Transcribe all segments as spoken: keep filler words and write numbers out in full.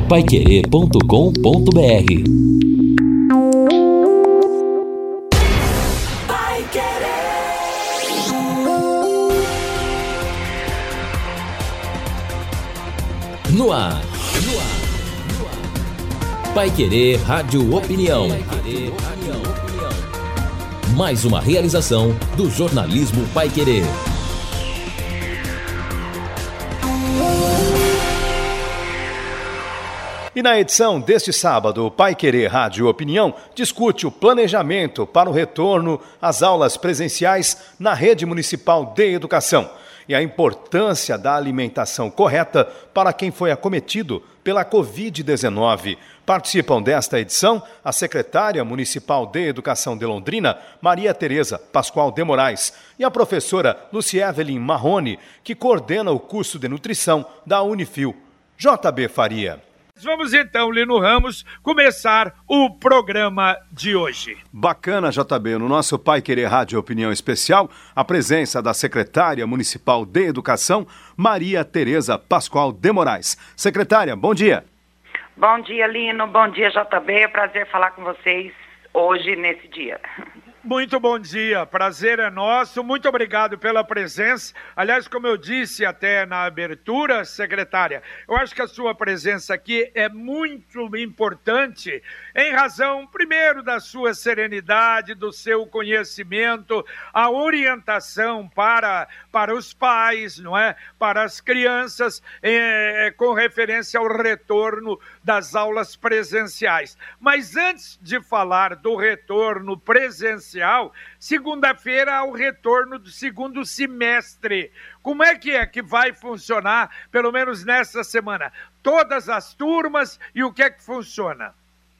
paiquerê ponto com ponto br. No ar. No ar. Paiquerê Rádio Opinião. Mais uma realização do jornalismo Paiquerê. E na edição deste sábado, o Paiquerê Rádio Opinião discute o planejamento para o retorno às aulas presenciais na rede municipal de educação e a importância da alimentação correta para quem foi acometido pela covid dezenove. Participam desta edição a secretária municipal de Educação de Londrina, Maria Tereza Pascoal de Moraes, e a professora Lucievelin Marrone, que coordena o curso de nutrição da Unifil. J B Faria. Vamos então, Lino Ramos, começar o programa de hoje. Bacana, J B. No nosso Paiquerê Rádio Opinião Especial, a presença da secretária municipal de Educação, Maria Tereza Pascoal de Moraes. Secretária, bom dia. Bom dia, Lino. Bom dia, J B. É prazer falar com vocês hoje, nesse dia. Muito bom dia, prazer é nosso, muito obrigado pela presença. Aliás, como eu disse até na abertura, secretária, eu acho que a sua presença aqui é muito importante em razão, primeiro, da sua serenidade, do seu conhecimento, a orientação para, para os pais, não é? Para as crianças, é, com referência ao retorno das aulas presenciais. Mas antes de falar do retorno presencial, segunda-feira há o retorno do segundo semestre. Como é que é que vai funcionar, pelo menos nessa semana? Todas as turmas e o que é que funciona?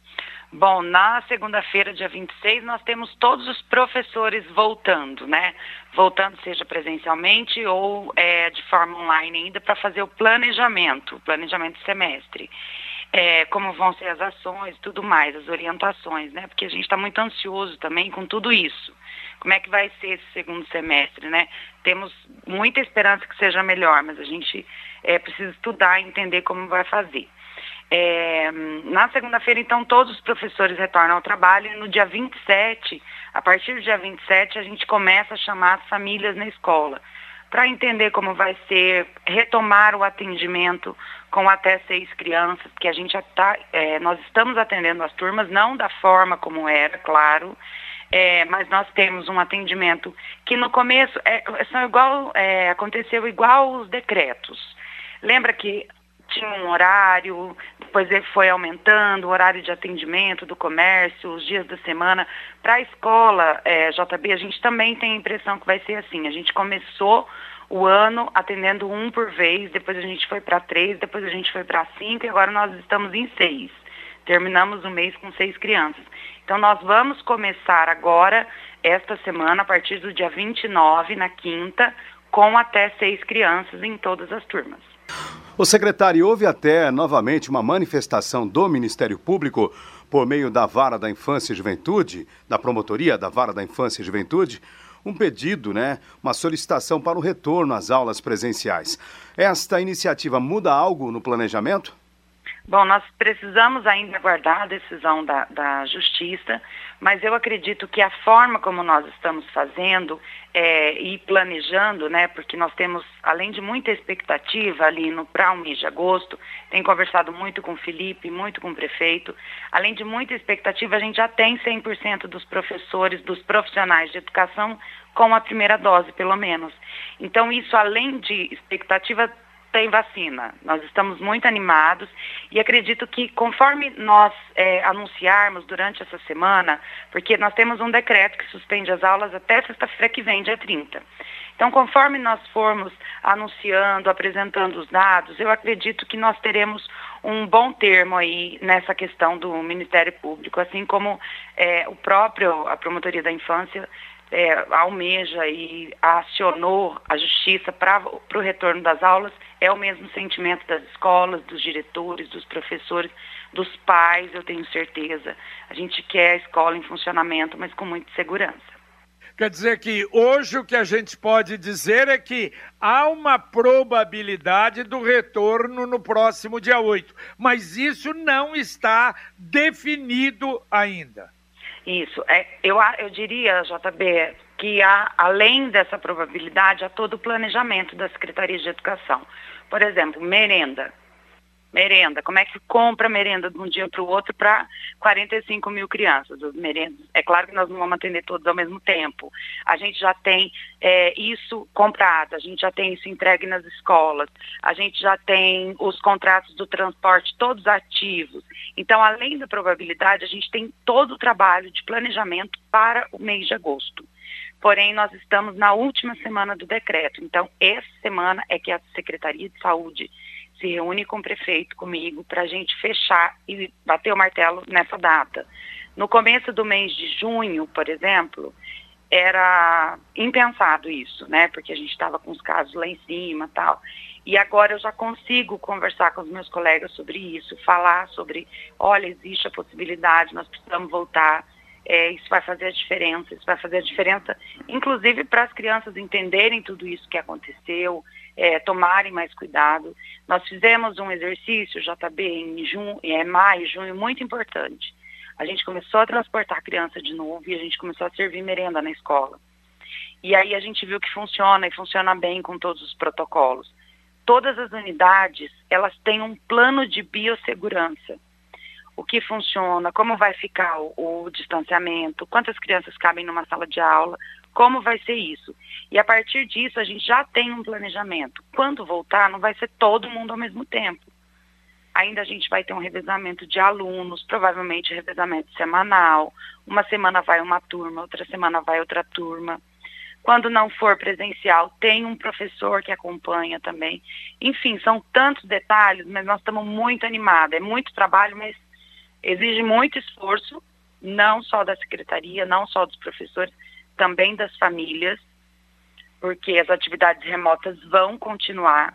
Bom, na segunda-feira, dia vinte e seis, nós temos todos os professores voltando, né? Voltando, seja presencialmente ou é, de forma online ainda, para fazer o planejamento, o planejamento do semestre. É, como vão ser as ações e tudo mais, as orientações, né? Porque a gente está muito ansioso também com tudo isso. Como é que vai ser esse segundo semestre, né? Temos muita esperança que seja melhor, mas a gente é, precisa estudar e entender como vai fazer. É, na segunda-feira, então, todos os professores retornam ao trabalho e no dia vinte e sete, a partir do dia vinte e sete, a gente começa a chamar as famílias na escola para entender como vai ser, retomar o atendimento com até seis crianças, que a gente já tá, é, nós estamos atendendo as turmas, não da forma como era, claro, é, mas nós temos um atendimento que no começo é, são igual, é, aconteceu igual os decretos. Lembra que tinha um horário, depois ele foi aumentando o horário de atendimento do comércio, os dias da semana. Para a escola, é, J B, a gente também tem a impressão que vai ser assim. A gente começou o ano atendendo um por vez, depois a gente foi para três, depois a gente foi para cinco e agora nós estamos em seis. Terminamos o mês com seis crianças. Então nós vamos começar agora, esta semana, a partir do dia vinte e nove, na quinta, com até seis crianças em todas as turmas. O secretário, houve até novamente uma manifestação do Ministério Público por meio da Vara da Infância e Juventude, da Promotoria da Vara da Infância e Juventude, um pedido, né, uma solicitação para o retorno às aulas presenciais. Esta iniciativa muda algo no planejamento? Bom, nós precisamos ainda aguardar a decisão da, da Justiça, mas eu acredito que a forma como nós estamos fazendo é, e planejando, né, porque nós temos, além de muita expectativa ali no para o mês de agosto, tenho conversado muito com o Felipe, muito com o prefeito, além de muita expectativa, a gente já tem cem por cento dos professores, dos profissionais de educação com a primeira dose, pelo menos. Então, isso, além de expectativa, tem vacina. Nós estamos muito animados e acredito que conforme nós é, anunciarmos durante essa semana, porque nós temos um decreto que suspende as aulas até sexta-feira que vem, dia trinta. Então, conforme nós formos anunciando, apresentando os dados, eu acredito que nós teremos um bom termo aí nessa questão do Ministério Público, assim como é, o próprio, a Promotoria da Infância, É, almeja e acionou a justiça para o retorno das aulas, é o mesmo sentimento das escolas, dos diretores, dos professores, dos pais, eu tenho certeza. A gente quer a escola em funcionamento, mas com muita segurança. Quer dizer que hoje o que a gente pode dizer é que há uma probabilidade do retorno no próximo dia oito, mas isso não está definido ainda. Isso, é, eu, eu diria, J B, que há, além dessa probabilidade, há todo o planejamento da Secretaria de Educação. Por exemplo, merenda. Merenda, como é que compra merenda de um dia para o outro para quarenta e cinco mil crianças? As merendas, é claro que nós não vamos atender todos ao mesmo tempo. A gente já tem é, isso comprado, a gente já tem isso entregue nas escolas, a gente já tem os contratos do transporte todos ativos. Então, além da probabilidade, a gente tem todo o trabalho de planejamento para o mês de agosto. Porém, nós estamos na última semana do decreto. Então, essa semana é que a Secretaria de Saúde se reúne com o prefeito, comigo, para a gente fechar e bater o martelo nessa data. No começo do mês de junho, por exemplo, era impensado isso, né? Porque a gente estava com os casos lá em cima e tal. E agora eu já consigo conversar com os meus colegas sobre isso, falar sobre, olha, existe a possibilidade, nós precisamos voltar, é, isso vai fazer a diferença, isso vai fazer a diferença, inclusive para as crianças entenderem tudo isso que aconteceu, É, tomarem mais cuidado. Nós fizemos um exercício, J B, em junho, é, maio, junho, muito importante. A gente começou a transportar a criança de novo e a gente começou a servir merenda na escola. E aí a gente viu que funciona e funciona bem com todos os protocolos. Todas as unidades, elas têm um plano de biossegurança. O que funciona, como vai ficar o, o distanciamento, quantas crianças cabem numa sala de aula, como vai ser isso. E a partir disso a gente já tem um planejamento. Quando voltar, não vai ser todo mundo ao mesmo tempo. Ainda a gente vai ter um revezamento de alunos, provavelmente revezamento semanal. Uma semana vai uma turma, outra semana vai outra turma. Quando não for presencial, tem um professor que acompanha também. Enfim, são tantos detalhes, mas nós estamos muito animados. É muito trabalho, mas exige muito esforço, não só da secretaria, não só dos professores, também das famílias, porque as atividades remotas vão continuar,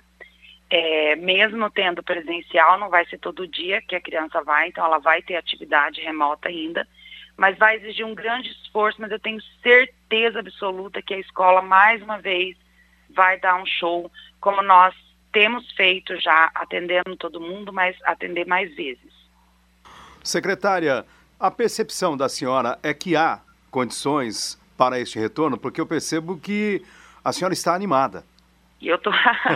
é, mesmo tendo presencial, não vai ser todo dia que a criança vai, então ela vai ter atividade remota ainda, mas vai exigir um grande esforço, mas eu tenho certeza absoluta que a escola, mais uma vez, vai dar um show, como nós temos feito já, atendendo todo mundo, mas atender mais vezes. Secretária, a percepção da senhora é que há condições para este retorno, porque eu percebo que a senhora está animada. Eu tô,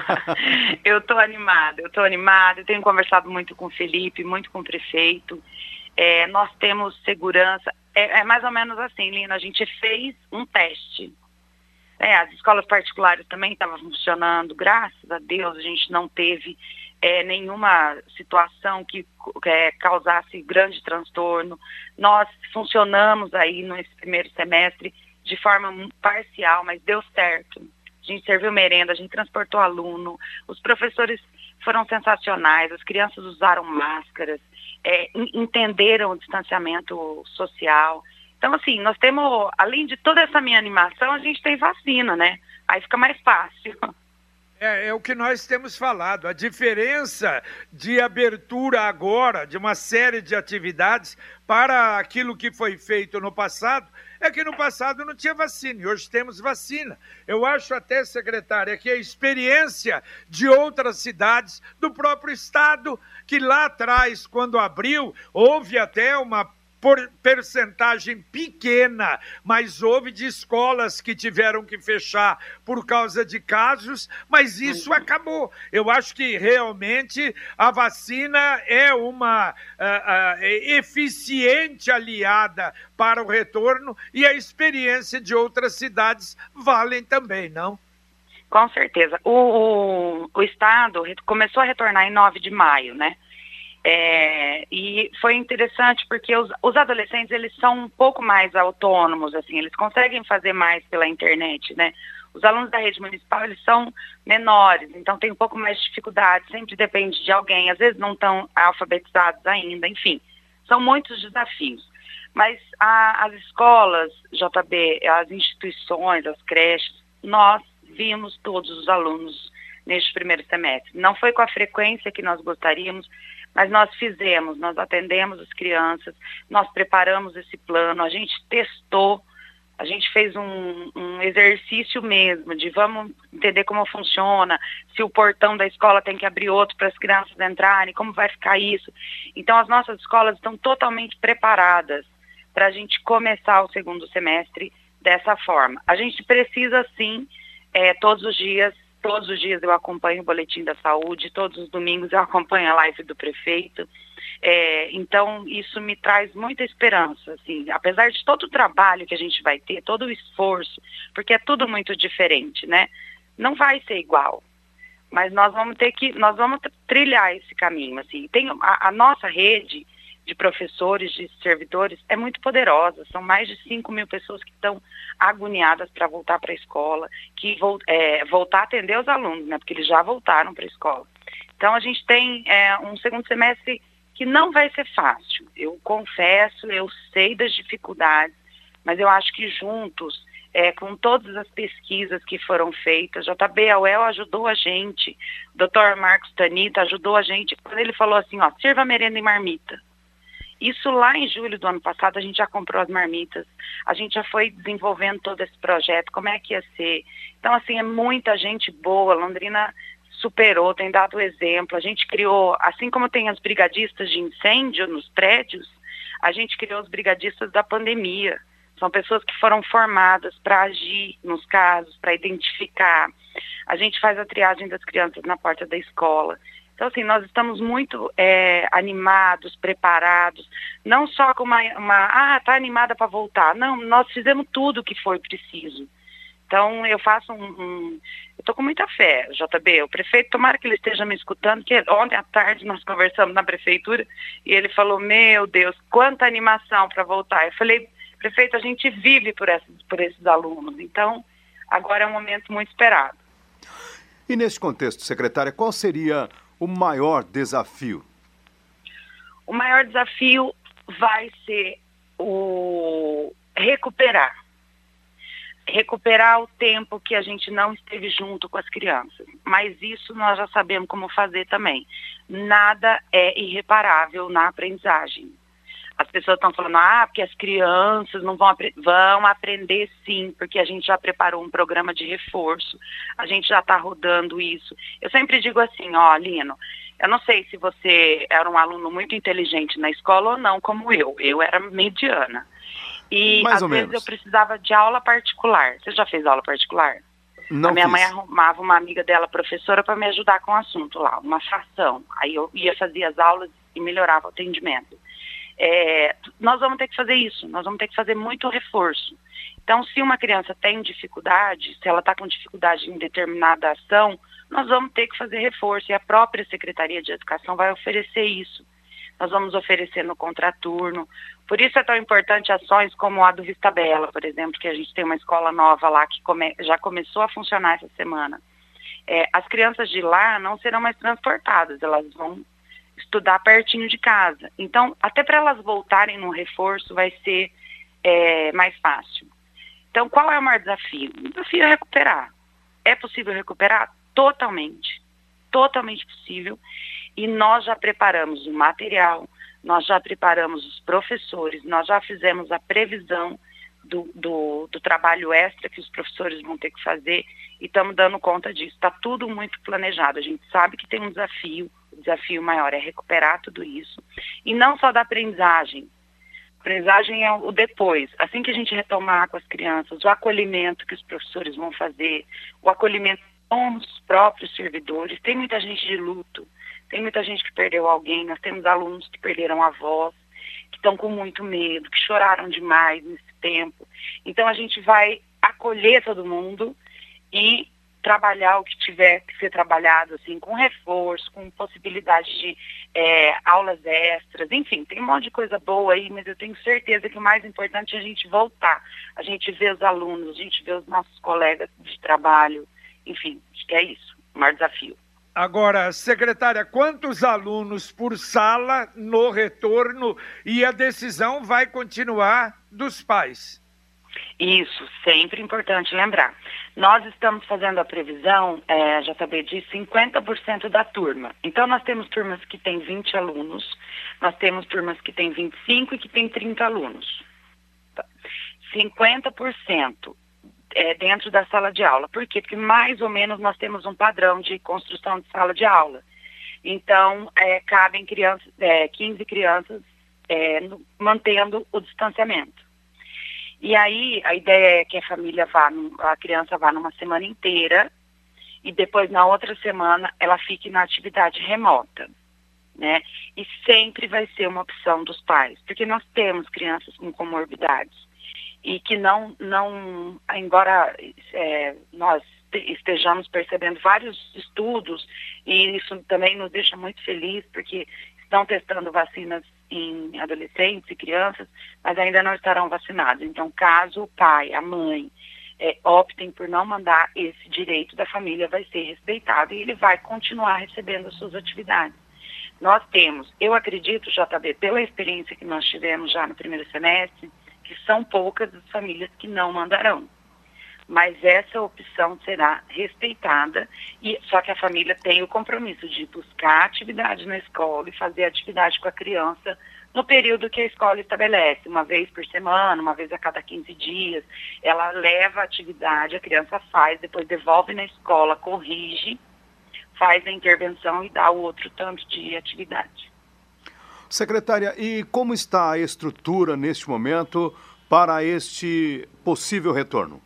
eu tô animada, eu tô animada, eu tenho conversado muito com o Felipe, muito com o prefeito, é, nós temos segurança, é, é mais ou menos assim, Lina, a gente fez um teste, é, as escolas particulares também estavam funcionando, graças a Deus a gente não teve é, nenhuma situação que é, causasse grande transtorno, nós funcionamos aí nesse primeiro semestre de forma parcial, mas deu certo. A gente serviu merenda, a gente transportou aluno, os professores foram sensacionais, as crianças usaram máscaras, é, entenderam o distanciamento social. Então, assim, nós temos, além de toda essa minha animação, a gente tem vacina, né? Aí fica mais fácil. É, é o que nós temos falado, a diferença de abertura agora de uma série de atividades para aquilo que foi feito no passado, é que no passado não tinha vacina e hoje temos vacina. Eu acho até, secretária, que a experiência de outras cidades do próprio estado, que lá atrás, quando abriu, houve até uma por percentagem pequena, mas houve de escolas que tiveram que fechar por causa de casos, mas isso acabou. Eu acho que realmente a vacina é uma uh, uh, eficiente aliada para o retorno e a experiência de outras cidades valem também, não? Com certeza. O, o, o Estado começou a retornar em nove de maio, né? É, e foi interessante porque os, os adolescentes, eles são um pouco mais autônomos, assim, eles conseguem fazer mais pela internet, né? Os alunos da rede municipal, eles são menores, então tem um pouco mais de dificuldade, sempre depende de alguém, às vezes não estão alfabetizados ainda, enfim, são muitos desafios. Mas a, as escolas, J B, as instituições, as creches, nós vimos todos os alunos neste primeiro semestre. Não foi com a frequência que nós gostaríamos, mas nós fizemos, nós atendemos as crianças, nós preparamos esse plano, a gente testou A gente fez um, um exercício mesmo de vamos entender como funciona, se o portão da escola tem que abrir outro para as crianças entrarem, como vai ficar isso. Então, as nossas escolas estão totalmente preparadas para a gente começar o segundo semestre dessa forma. A gente precisa, sim, é, todos os dias, todos os dias eu acompanho o Boletim da Saúde, todos os domingos eu acompanho a live do prefeito. É, então, isso me traz muita esperança, assim, apesar de todo o trabalho que a gente vai ter, todo o esforço, porque é tudo muito diferente, né? Não vai ser igual, mas nós vamos ter que, nós vamos trilhar esse caminho, assim. Tem a, a nossa rede de professores, de servidores, é muito poderosa, são mais de cinco mil pessoas que estão agoniadas para voltar para a escola, que vo, é, voltar a atender os alunos, né? Porque eles já voltaram para a escola. Então, a gente tem é, um segundo semestre que não vai ser fácil. Eu confesso, eu sei das dificuldades, mas eu acho que juntos, é, com todas as pesquisas que foram feitas, J B A U E L ajudou a gente, o doutor Marcos Tanita ajudou a gente, quando ele falou assim, ó, sirva merenda em marmita. Isso lá em julho do ano passado, a gente já comprou as marmitas, a gente já foi desenvolvendo todo esse projeto, como é que ia ser. Então, assim, é muita gente boa, Londrina superou, tem dado exemplo, a gente criou, assim como tem as brigadistas de incêndio nos prédios, a gente criou os brigadistas da pandemia, são pessoas que foram formadas para agir nos casos, para identificar, a gente faz a triagem das crianças na porta da escola. Então, assim, nós estamos muito é, animados, preparados, não só com uma, uma ah, tá animada para voltar, não, nós fizemos tudo o que foi preciso. Então, eu faço um... um eu estou com muita fé, J B. O prefeito, tomara que ele esteja me escutando, que ontem à tarde nós conversamos na prefeitura e ele falou, meu Deus, quanta animação para voltar. Eu falei, prefeito, a gente vive por esses, por esses alunos. Então, agora é um momento muito esperado. E nesse contexto, secretária, qual seria o maior desafio? O maior desafio vai ser o recuperar. Recuperar o tempo que a gente não esteve junto com as crianças. Mas isso nós já sabemos como fazer também. Nada é irreparável na aprendizagem. As pessoas estão falando, ah, porque as crianças não vão, apre- vão aprender sim, porque a gente já preparou um programa de reforço, a gente já está rodando isso. Eu sempre digo assim, ó, Lino, eu não sei se você era um aluno muito inteligente na escola ou não, como eu. Eu era mediana. E Mais às ou vezes menos. eu precisava de aula particular. Você já fez aula particular? Não A minha fiz. mãe arrumava uma amiga dela, professora, para me ajudar com o assunto lá, uma fração. Aí eu ia fazer as aulas e melhorava o atendimento. É, nós vamos ter que fazer isso, nós vamos ter que fazer muito reforço. Então, se uma criança tem dificuldade, se ela está com dificuldade em determinada ação, nós vamos ter que fazer reforço. E a própria Secretaria de Educação vai oferecer isso. Nós vamos oferecer no contraturno. Por isso é tão importante ações como a do Vista Bela, por exemplo, que a gente tem uma escola nova lá que come, já começou a funcionar essa semana. É, as crianças de lá não serão mais transportadas, elas vão estudar pertinho de casa. Então, até para elas voltarem no reforço vai ser é, mais fácil. Então, qual é o maior desafio? O desafio é recuperar. É possível recuperar? Totalmente. Totalmente possível. E nós já preparamos o material, nós já preparamos os professores, nós já fizemos a previsão do, do, do trabalho extra que os professores vão ter que fazer e estamos dando conta disso. Está tudo muito planejado. A gente sabe que tem um desafio, o desafio maior é recuperar tudo isso. E não só da aprendizagem. A aprendizagem é o depois. Assim que a gente retomar com as crianças, o acolhimento que os professores vão fazer, o acolhimento com os próprios servidores. Tem muita gente de luto. Tem muita gente que perdeu alguém, nós temos alunos que perderam avós, que estão com muito medo, que choraram demais nesse tempo. Então a gente vai acolher todo mundo e trabalhar o que tiver que ser trabalhado, assim, com reforço, com possibilidade de é, aulas extras, enfim, tem um monte de coisa boa aí, mas eu tenho certeza que o mais importante é a gente voltar, a gente ver os alunos, a gente ver os nossos colegas de trabalho, enfim, acho que é isso, o maior desafio. Agora, secretária, quantos alunos por sala no retorno e a decisão vai continuar dos pais? Isso, sempre importante lembrar. Nós estamos fazendo a previsão, é, já sabia de cinquenta por cento da turma. Então, nós temos turmas que têm vinte alunos, nós temos turmas que têm vinte e cinco e que têm trinta alunos. cinquenta por cento é, dentro da sala de aula. Por quê? Porque mais ou menos nós temos um padrão de construção de sala de aula. Então, é, cabem crianças, é, quinze crianças é, no, mantendo o distanciamento. E aí, a ideia é que a família vá, a criança vá numa semana inteira e depois, na outra semana, ela fique na atividade remota, né? E sempre vai ser uma opção dos pais, porque nós temos crianças com comorbidades e que não, não embora é, nós estejamos percebendo vários estudos, e isso também nos deixa muito feliz, porque estão testando vacinas em adolescentes e crianças, mas ainda não estarão vacinados. Então, caso o pai, a mãe, é, optem por não mandar, esse direito da família vai ser respeitado e ele vai continuar recebendo as suas atividades. Nós temos, eu acredito, J B, pela experiência que nós tivemos já no primeiro semestre, que são poucas as famílias que não mandarão. Mas essa opção será respeitada, e só que a família tem o compromisso de buscar atividade na escola e fazer atividade com a criança no período que a escola estabelece, uma vez por semana, uma vez a cada quinze dias. Ela leva a atividade, a criança faz, depois devolve na escola, corrige, faz a intervenção e dá o outro tanto de atividade. Secretária, e como está a estrutura neste momento para este possível retorno?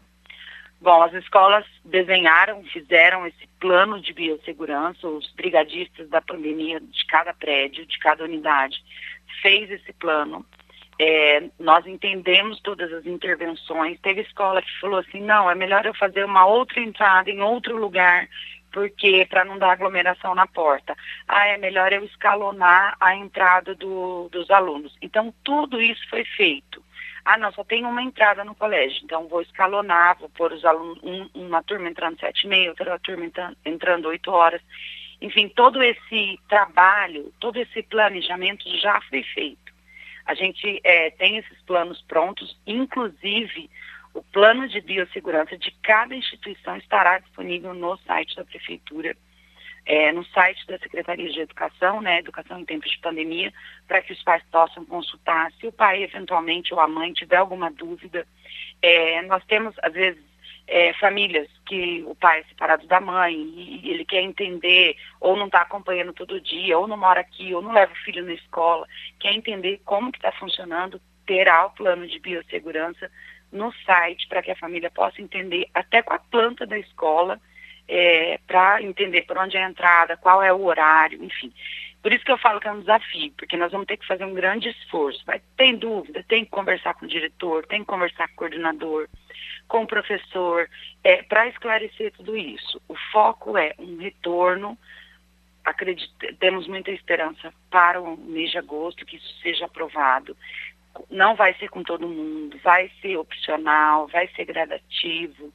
Bom, as escolas desenharam, fizeram esse plano de biossegurança, os brigadistas da pandemia de cada prédio, de cada unidade, fez esse plano. É, nós entendemos todas as intervenções. Teve escola que falou assim, não, é melhor eu fazer uma outra entrada em outro lugar, porque para não dar aglomeração na porta. Ah, é melhor eu escalonar a entrada do, dos alunos. Então, tudo isso foi feito. Ah, não, só tem uma entrada no colégio, então vou escalonar, vou pôr os alunos, um, uma turma entrando sete e meia, outra turma entrando oito horas. Enfim, todo esse trabalho, todo esse planejamento já foi feito. A gente é, tem esses planos prontos, inclusive o plano de biossegurança de cada instituição estará disponível no site da Prefeitura, É, no site da Secretaria de Educação, né, Educação em Tempos de Pandemia, para que os pais possam consultar. Se o pai, eventualmente, ou a mãe tiver alguma dúvida, é, nós temos, às vezes, é, famílias que o pai é separado da mãe e ele quer entender, ou não está acompanhando todo dia, ou não mora aqui, ou não leva o filho na escola, quer entender como que está funcionando, terá o plano de biossegurança no site para que a família possa entender, até com a planta da escola, É, para entender por onde é a entrada, qual é o horário, enfim. Por isso que eu falo que é um desafio, porque nós vamos ter que fazer um grande esforço. Vai, tem dúvida, tem que conversar com o diretor, tem que conversar com o coordenador, com o professor, é, para esclarecer tudo isso. O foco é um retorno, acredito, temos muita esperança para o mês de agosto, que isso seja aprovado. Não vai ser com todo mundo, vai ser opcional, vai ser gradativo,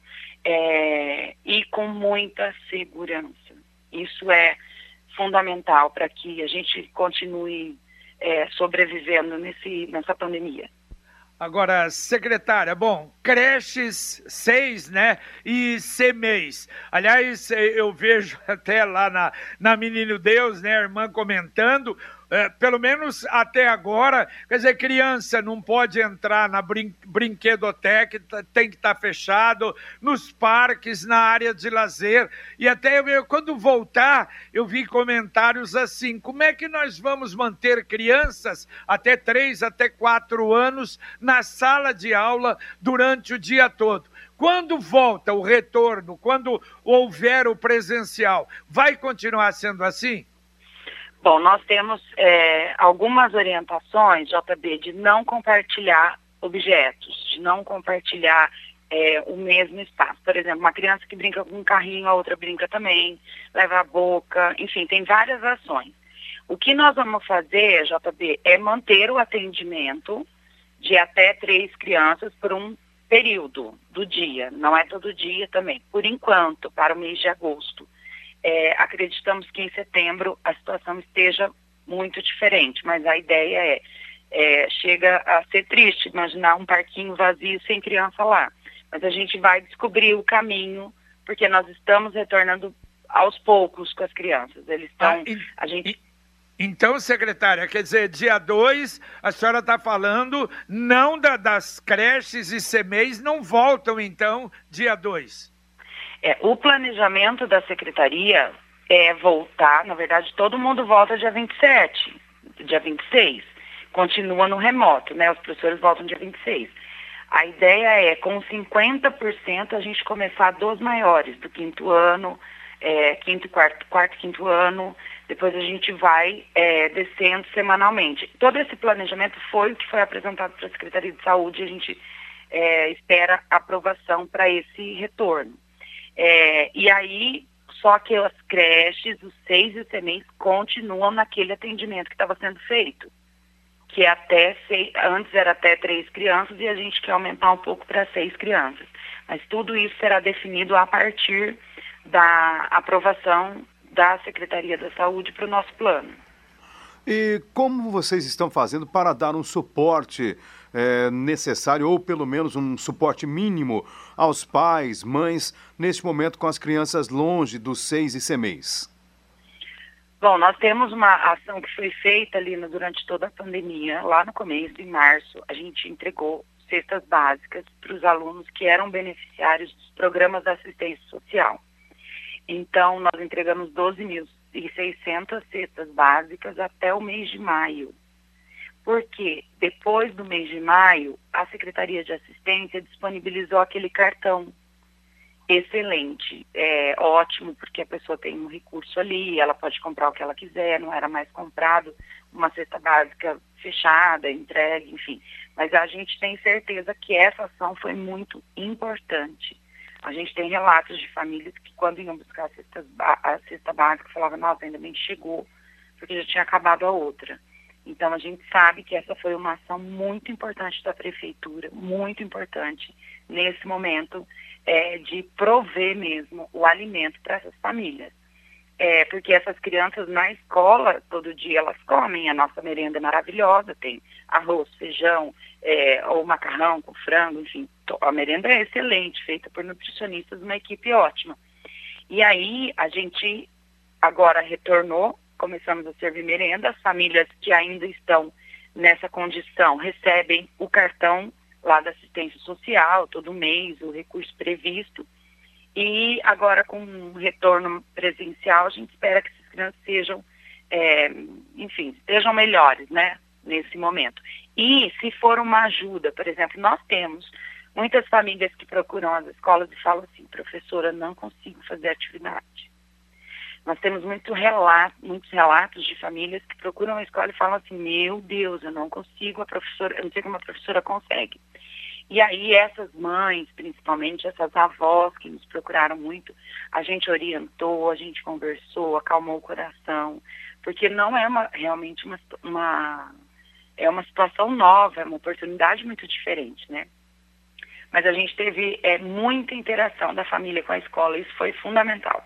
é, e com muita segurança. Isso é fundamental para que a gente continue é, sobrevivendo nesse, nessa pandemia. Agora, secretária, bom, creches seis, né, e C M E I. Aliás, eu vejo até lá na, na Menino Deus, né, a irmã comentando, é, pelo menos até agora, quer dizer, criança não pode entrar na brin brinquedoteca, tem que estar fechado, nos parques, na área de lazer, e até eu, quando voltar, eu vi comentários assim, como é que nós vamos manter crianças até três, até quatro anos na sala de aula durante o dia todo? Quando volta o retorno, quando houver o presencial, vai continuar sendo assim? Bom, nós temos é, algumas orientações, J B, de não compartilhar objetos, de não compartilhar é, o mesmo espaço. Por exemplo, uma criança que brinca com um carrinho, a outra brinca também, leva a boca, enfim, tem várias ações. O que nós vamos fazer, J B, é manter o atendimento de até três crianças por um período do dia, não é todo dia também, por enquanto, para o mês de agosto. É, acreditamos que em setembro a situação esteja muito diferente, mas a ideia é, é, chega a ser triste imaginar um parquinho vazio sem criança lá, mas a gente vai descobrir o caminho, porque nós estamos retornando aos poucos com as crianças, eles estão, ah, e, a gente... E... Então, secretária, quer dizer, dia dois, a senhora está falando, não da, das creches e C M E Is não voltam, então, dia dois. É, o planejamento da secretaria é voltar, na verdade, todo mundo volta dia vinte e sete, dia vinte e seis, continua no remoto, né? Os professores voltam dia vinte e seis. A ideia é, com cinquenta por cento, a gente começar dos maiores, do quinto ano, é, quinto, quarto, quarto, quinto ano, depois a gente vai é, descendo semanalmente. Todo esse planejamento foi o que foi apresentado para a Secretaria de Saúde e a gente é, espera aprovação para esse retorno. É, e aí, só que as creches, os seis e os C M E Is continuam naquele atendimento que estava sendo feito, que é até seis, antes era até três crianças e a gente quer aumentar um pouco para seis crianças. Mas tudo isso será definido a partir da aprovação da Secretaria da Saúde para o nosso plano. E como vocês estão fazendo para dar um suporte é, necessário, ou pelo menos um suporte mínimo aos pais, mães, neste momento com as crianças longe dos seis e C M E Is? Bom, nós temos uma ação que foi feita ali no, durante toda a pandemia, lá no começo, em março, a gente entregou cestas básicas para os alunos que eram beneficiários dos programas da assistência social. Então, nós entregamos doze mil e seiscentas cestas básicas até o mês de maio. Porque depois do mês de maio, a Secretaria de Assistência disponibilizou aquele cartão. Excelente, é ótimo, porque a pessoa tem um recurso ali, ela pode comprar o que ela quiser, não era mais comprado uma cesta básica fechada, entregue, enfim. Mas a gente tem certeza que essa ação foi muito importante. A gente tem relatos de famílias que, quando iam buscar a cesta, a cesta básica, falavam, nossa, ainda bem que chegou, porque já tinha acabado a outra. Então, a gente sabe que essa foi uma ação muito importante da Prefeitura, muito importante, nesse momento, é, de prover mesmo o alimento para essas famílias. É, porque essas crianças na escola, todo dia elas comem, a nossa merenda é maravilhosa, tem arroz, feijão, é, ou macarrão com frango, enfim, a merenda é excelente, feita por nutricionistas, uma equipe ótima. E aí a gente agora retornou, começamos a servir merenda, as famílias que ainda estão nessa condição recebem o cartão lá da assistência social, todo mês, o recurso previsto. E agora, com um retorno presencial, a gente espera que essas crianças sejam, é, enfim, estejam melhores, né, nesse momento. E se for uma ajuda, por exemplo, nós temos muitas famílias que procuram as escolas e falam assim, professora, não consigo fazer atividade. Nós temos muito relato, muitos relatos de famílias que procuram a escola e falam assim, meu Deus, eu não consigo, a professora, eu não sei como a professora consegue. E aí essas mães, principalmente essas avós que nos procuraram muito, a gente orientou, a gente conversou, acalmou o coração, porque não é uma, realmente uma, uma, é uma situação nova, é uma oportunidade muito diferente, né? Mas a gente teve é, muita interação da família com a escola, isso foi fundamental.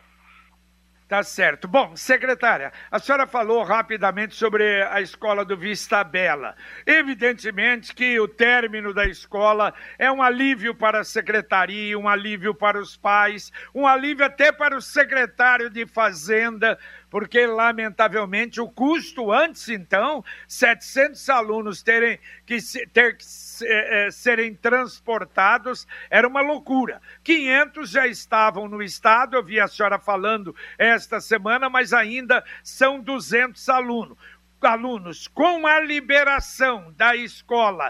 Tá certo. Bom, secretária, a senhora falou rapidamente sobre a escola do Vista Bela. Evidentemente que o término da escola é um alívio para a secretaria, um alívio para os pais, um alívio até para o secretário de Fazenda, porque, lamentavelmente, o custo antes, então, setecentos alunos terem que, ter que é, serem transportados, era uma loucura. quinhentos já estavam no estado, eu vi a senhora falando esta semana, mas ainda são duzentos alunos. Alunos, com a liberação da escola,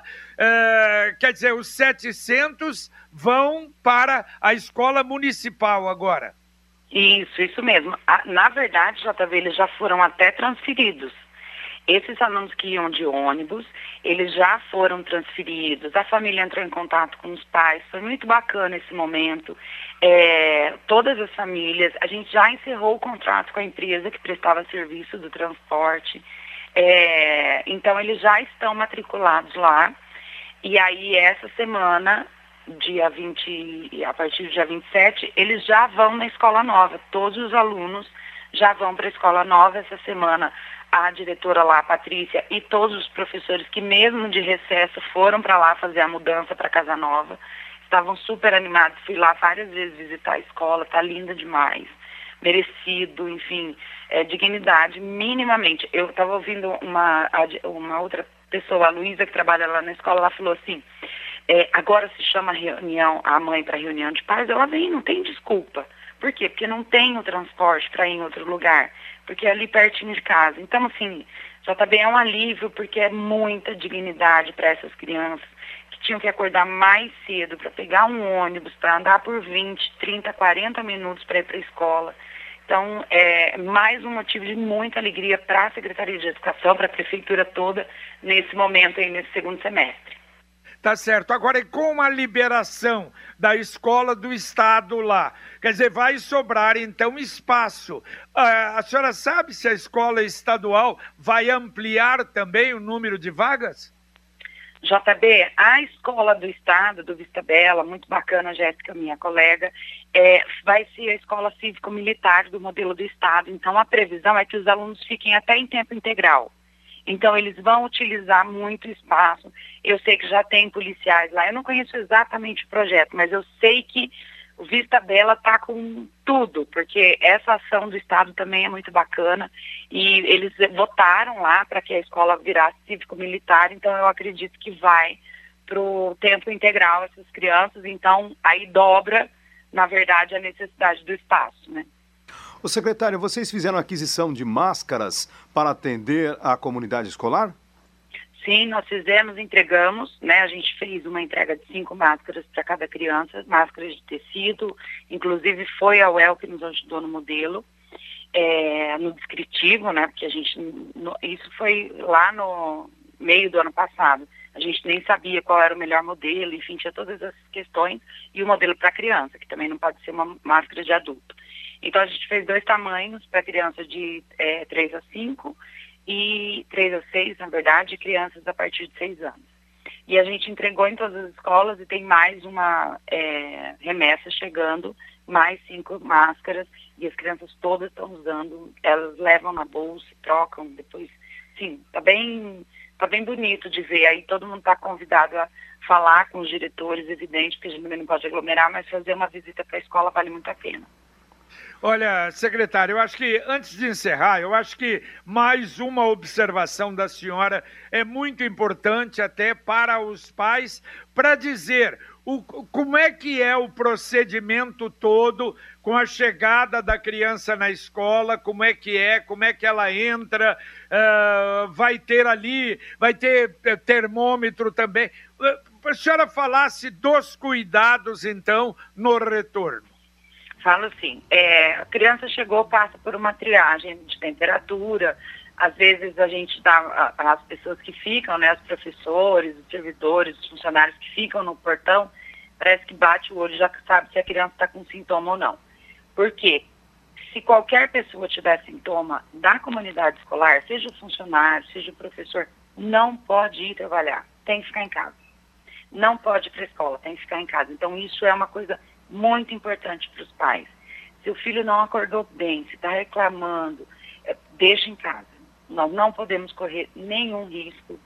é, quer dizer, os setecentos vão para a escola municipal agora. Isso, isso mesmo. Na verdade, J V, eles já foram até transferidos. Esses alunos que iam de ônibus, eles já foram transferidos. A família entrou em contato com os pais. Foi muito bacana esse momento. É, todas as famílias, a gente já encerrou o contrato com a empresa que prestava serviço do transporte. É, então, eles já estão matriculados lá. E aí, essa semana, dia vinte, a partir do dia vinte e sete, eles já vão na escola nova. Todos os alunos já vão para a escola nova essa semana. A diretora lá, a Patrícia, e todos os professores que mesmo de recesso foram para lá fazer a mudança para Casa Nova. Estavam super animados. Fui lá várias vezes visitar a escola, tá linda demais. merecido, enfim, é, dignidade, minimamente. Eu estava ouvindo uma, uma outra pessoa, a Luísa, que trabalha lá na escola, ela falou assim, é, agora se chama reunião, a mãe para reunião de pais, ela vem, não tem desculpa. Por quê? Porque não tem o transporte para ir em outro lugar, porque é ali pertinho de casa. Então, assim, J B é um alívio, porque é muita dignidade para essas crianças que tinham que acordar mais cedo para pegar um ônibus, para andar por vinte, trinta, quarenta minutos para ir para a escola. Então, é mais um motivo de muita alegria para a Secretaria de Educação, para a Prefeitura toda, nesse momento aí, nesse segundo semestre. Tá certo. Agora, e com a liberação da escola do Estado lá, quer dizer, vai sobrar, então, espaço. Ah, a senhora sabe se a escola estadual vai ampliar também o número de vagas? J B, a escola do Estado, do Vista Bela, muito bacana, Jéssica, minha colega, é, vai ser a escola cívico-militar do modelo do Estado. Então, a previsão é que os alunos fiquem até em tempo integral. Então, eles vão utilizar muito espaço. Eu sei que já tem policiais lá. Eu não conheço exatamente o projeto, mas eu sei que o Vista Bela está com tudo, porque essa ação do Estado também é muito bacana. E eles votaram lá para que a escola virasse cívico-militar. Então, eu acredito que vai para o tempo integral essas crianças. Então, aí dobra, na verdade, a necessidade do espaço, né? Ô secretário, vocês fizeram aquisição de máscaras para atender a comunidade escolar? Sim, nós fizemos, entregamos, né? A gente fez uma entrega de cinco máscaras para cada criança, máscaras de tecido, inclusive foi a U E L que nos ajudou no modelo, é, no descritivo, né? Porque a gente, no, isso foi lá no meio do ano passado. A gente nem sabia qual era o melhor modelo, enfim, tinha todas essas questões, e o modelo para criança, que também não pode ser uma máscara de adulto. Então, a gente fez dois tamanhos para crianças de é, três a cinco e três a seis, na verdade, e crianças a partir de seis anos. E a gente entregou em todas as escolas e tem mais uma é, remessa chegando, mais cinco máscaras, e as crianças todas estão usando, elas levam na bolsa, trocam, depois, sim, tá bem, tá bem bonito de ver. Aí todo mundo está convidado a falar com os diretores, evidente, porque a gente também não pode aglomerar, mas fazer uma visita para a escola vale muito a pena. Olha, secretário, eu acho que, antes de encerrar, eu acho que mais uma observação da senhora é muito importante até para os pais, para dizer o, como é que é o procedimento todo com a chegada da criança na escola, como é que é, como é que ela entra, uh, vai ter ali, vai ter termômetro também. Uh, a senhora falasse dos cuidados, então, no retorno. Falo sim. É, a criança chegou, passa por uma triagem de temperatura. Às vezes a gente dá, as pessoas que ficam, né, os professores, os servidores, os funcionários que ficam no portão, parece que bate o olho e já sabe se a criança está com sintoma ou não. Por quê? Se qualquer pessoa tiver sintoma da comunidade escolar, seja o funcionário, seja o professor, não pode ir trabalhar, tem que ficar em casa. Não pode ir para a escola, tem que ficar em casa. Então isso é uma coisa muito importante para os pais. Se o filho não acordou bem, se está reclamando, é, deixa em casa. Nós não podemos correr nenhum risco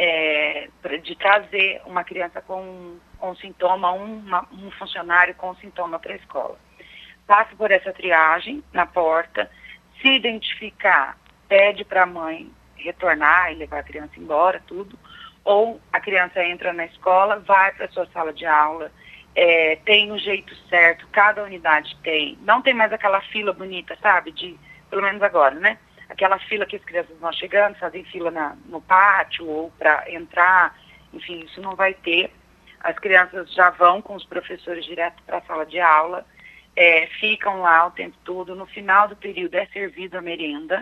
é, de trazer uma criança com, com sintoma, uma, um funcionário com sintoma para a escola. Passa por essa triagem na porta, se identificar, pede para a mãe retornar e levar a criança embora, tudo, ou a criança entra na escola, vai para a sua sala de aula, É, tem um jeito certo, cada unidade tem. Não tem mais aquela fila bonita, sabe? De, pelo menos agora, né? Aquela fila que as crianças vão chegando, fazem fila na, no pátio ou para entrar. Enfim, isso não vai ter. As crianças já vão com os professores direto para a sala de aula, é, ficam lá o tempo todo. No final do período é servido a merenda.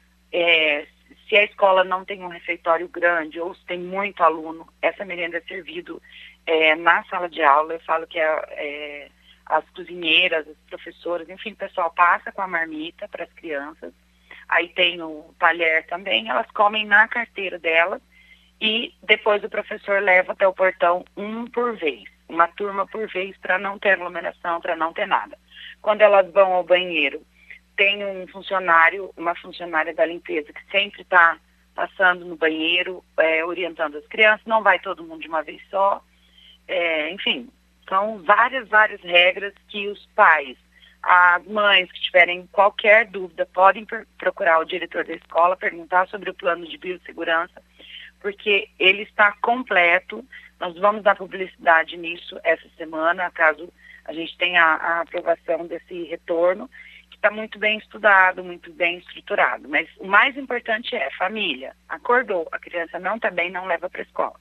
É, se a escola não tem um refeitório grande ou se tem muito aluno, essa merenda é servido É, na sala de aula. Eu falo que é, é, as cozinheiras, as professoras, enfim, o pessoal passa com a marmita para as crianças, aí tem o talher também, elas comem na carteira delas e depois o professor leva até o portão um por vez, uma turma por vez, para não ter aglomeração, para não ter nada. Quando elas vão ao banheiro, tem um funcionário, uma funcionária da limpeza que sempre está passando no banheiro, é, orientando as crianças, não vai todo mundo de uma vez só. É, enfim, são várias, várias regras que os pais as mães que tiverem qualquer dúvida podem procurar o diretor da escola, perguntar sobre o plano de biossegurança, porque ele está completo. Nós vamos dar publicidade nisso essa semana, caso a gente tenha a aprovação desse retorno, que está muito bem estudado, muito bem estruturado. Mas o mais importante é família. Acordou, a criança não está bem, não leva para a escola.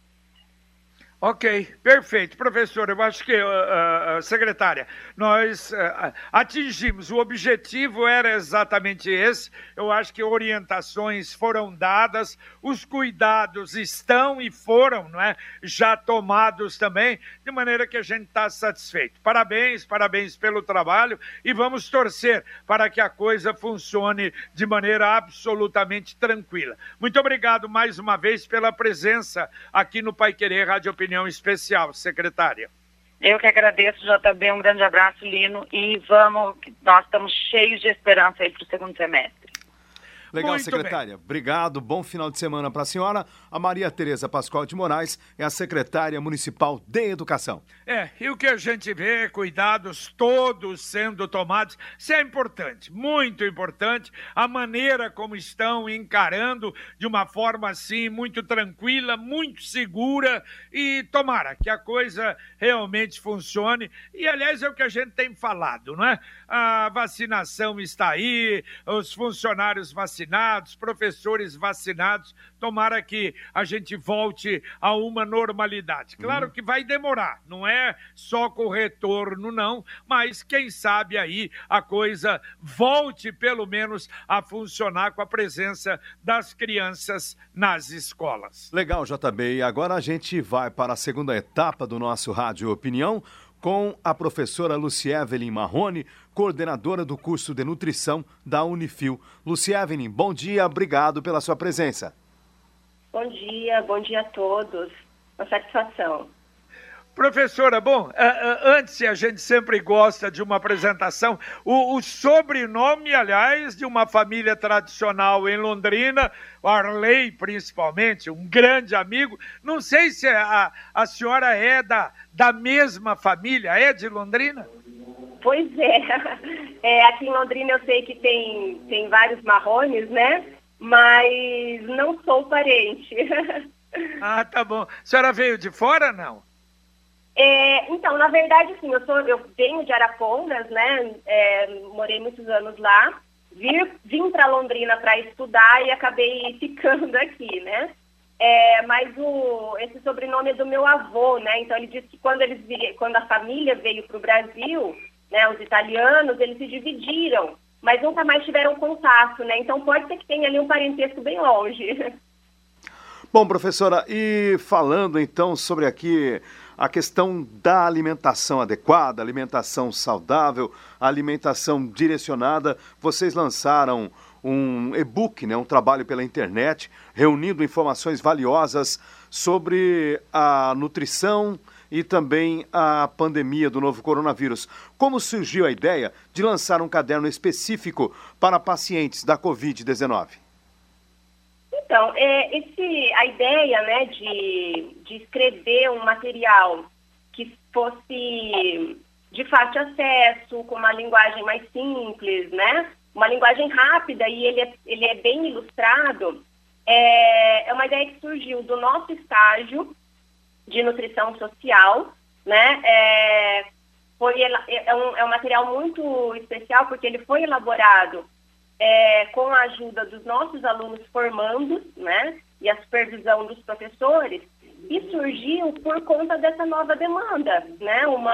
Ok, perfeito. Professor, eu acho que, uh, uh, secretária, nós uh, atingimos, o objetivo era exatamente esse. Eu acho que orientações foram dadas, os cuidados estão e foram, não é, já tomados também, de maneira que a gente está satisfeito. Parabéns, parabéns pelo trabalho e vamos torcer para que a coisa funcione de maneira absolutamente tranquila. Muito obrigado mais uma vez pela presença aqui no Pai Querer Rádio Opinião Especial, secretária. Eu que agradeço, J B, um grande abraço, Lino, e vamos, nós estamos cheios de esperança aí para o segundo semestre. Legal, Muito secretária. bem. Obrigado, bom final de semana para a senhora. A Maria Tereza Pascoal de Moraes é a secretária municipal de Educação. É, e o que a gente vê, cuidados todos sendo tomados, isso é importante, muito importante, a maneira como estão encarando de uma forma assim, muito tranquila, muito segura, e tomara que a coisa realmente funcione, e aliás é o que a gente tem falado, não é? A vacinação está aí, os funcionários vacinados, vacinados, professores vacinados, tomara que a gente volte a uma normalidade. Claro uhum. que vai demorar, não é só com o retorno, não, mas quem sabe aí a coisa volte pelo menos a funcionar com a presença das crianças nas escolas. Legal, J B, e agora a gente vai para a segunda etapa do nosso Rádio Opinião, com a professora Lucievelin Marrone, coordenadora do curso de nutrição da Unifil. Lucievelin, bom dia, obrigado pela sua presença. Bom dia, bom dia a todos. Uma satisfação. Professora, bom, antes a gente sempre gosta de uma apresentação, o, o sobrenome, aliás, de uma família tradicional em Londrina, o Arley principalmente, um grande amigo, não sei se a, a senhora é da, da mesma família, é de Londrina? Pois é. é, aqui em Londrina eu sei que tem, tem vários Marrones, né, mas não sou parente. Ah, tá bom. A senhora veio de fora, não? É, então, na verdade, sim, eu, sou, eu venho de Arapongas, né, é, morei muitos anos lá, vir, vim para Londrina para estudar e acabei ficando aqui, né, é, mas o, esse sobrenome é do meu avô, né, então ele disse que quando, eles, quando a família veio para o Brasil, né, os italianos, eles se dividiram, mas nunca mais tiveram contato, né, então pode ser que tenha ali um parentesco bem longe. Bom, professora, e falando então sobre aqui a questão da alimentação adequada, alimentação saudável, alimentação direcionada, vocês lançaram um e-book, né, um trabalho pela internet, reunindo informações valiosas sobre a nutrição e também a pandemia do novo coronavírus. Como surgiu a ideia de lançar um caderno específico para pacientes da covid dezenove? Então, é, esse, a ideia, né, de, de escrever um material que fosse de fácil acesso, com uma linguagem mais simples, né, uma linguagem rápida e ele é, ele é bem ilustrado, é, é uma ideia que surgiu do nosso estágio de nutrição social, né, é, foi, é, um, é um material muito especial porque ele foi elaborado É, com a ajuda dos nossos alunos formandos, né, e a supervisão dos professores, e surgiu por conta dessa nova demanda, né, uma,